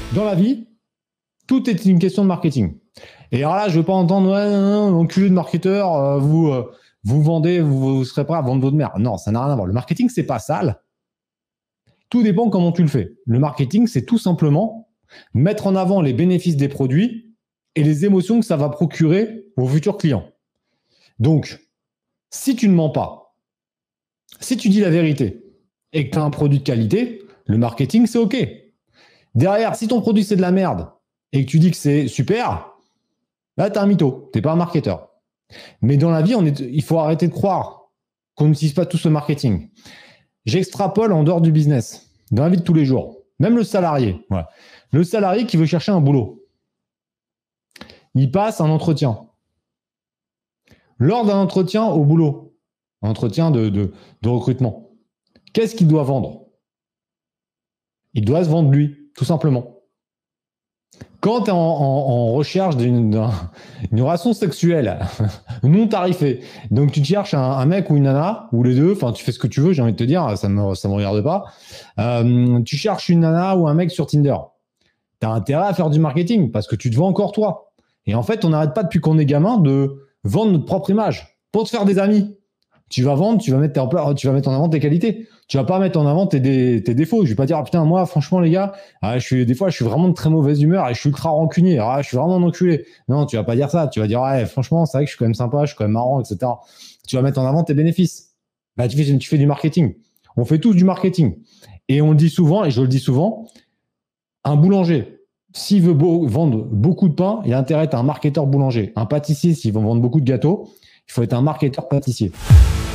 Dans la vie, tout est une question de marketing. Et alors là, je ne veux pas entendre ouais, enculé de marketeur, vous vendez, vous serez prêt à vendre votre mère. Non, ça n'a rien à voir. Le marketing, c'est pas sale. Tout dépend comment tu le fais. Le marketing, c'est tout simplement mettre en avant les bénéfices des produits et les émotions que ça va procurer aux futurs clients. Donc, si tu ne mens pas, si tu dis la vérité et que tu as un produit de qualité, le marketing, c'est OK. Derrière, si ton produit, c'est de la merde et que tu dis que c'est super, là, tu es un mytho, tu n'es pas un marketeur. Mais dans la vie, il faut arrêter de croire qu'on n'utilise pas tout ce marketing. J'extrapole en dehors du business, dans la vie de tous les jours. Même le salarié. Voilà. Le salarié qui veut chercher un boulot, il passe un entretien. Lors d'un entretien au boulot, un entretien de recrutement, qu'est-ce qu'il doit vendre? Il doit se vendre lui, tout simplement. Quand tu es en recherche d'une relation sexuelle non tarifée, donc tu te cherches un mec ou une nana, ou les deux, enfin tu fais ce que tu veux, j'ai envie de te dire, ça me regarde pas. Tu cherches une nana ou un mec sur Tinder. Tu as intérêt à faire du marketing parce que tu te vends encore toi. Et en fait, on n'arrête pas depuis qu'on est gamin de vendre notre propre image pour te faire des amis. Tu vas vendre, tu vas mettre en avant tes qualités. Tu vas pas mettre en avant tes défauts. Je vais pas dire, ah, putain, moi, franchement, les gars, des fois, je suis vraiment de très mauvaise humeur et je suis ultra rancunier. Je suis vraiment un enculé. Non, tu vas pas dire ça. Tu vas dire, ouais, franchement, c'est vrai que je suis quand même sympa, je suis quand même marrant, etc. Tu vas mettre en avant tes bénéfices. Bah, tu fais du marketing. On fait tous du marketing. Et on le dit souvent, et je le dis souvent, un boulanger, s'il veut vendre beaucoup de pain, il a intérêt à être un marketeur boulanger. Un pâtissier, s'il veut vendre beaucoup de gâteaux, il faut être un marketeur pâtissier.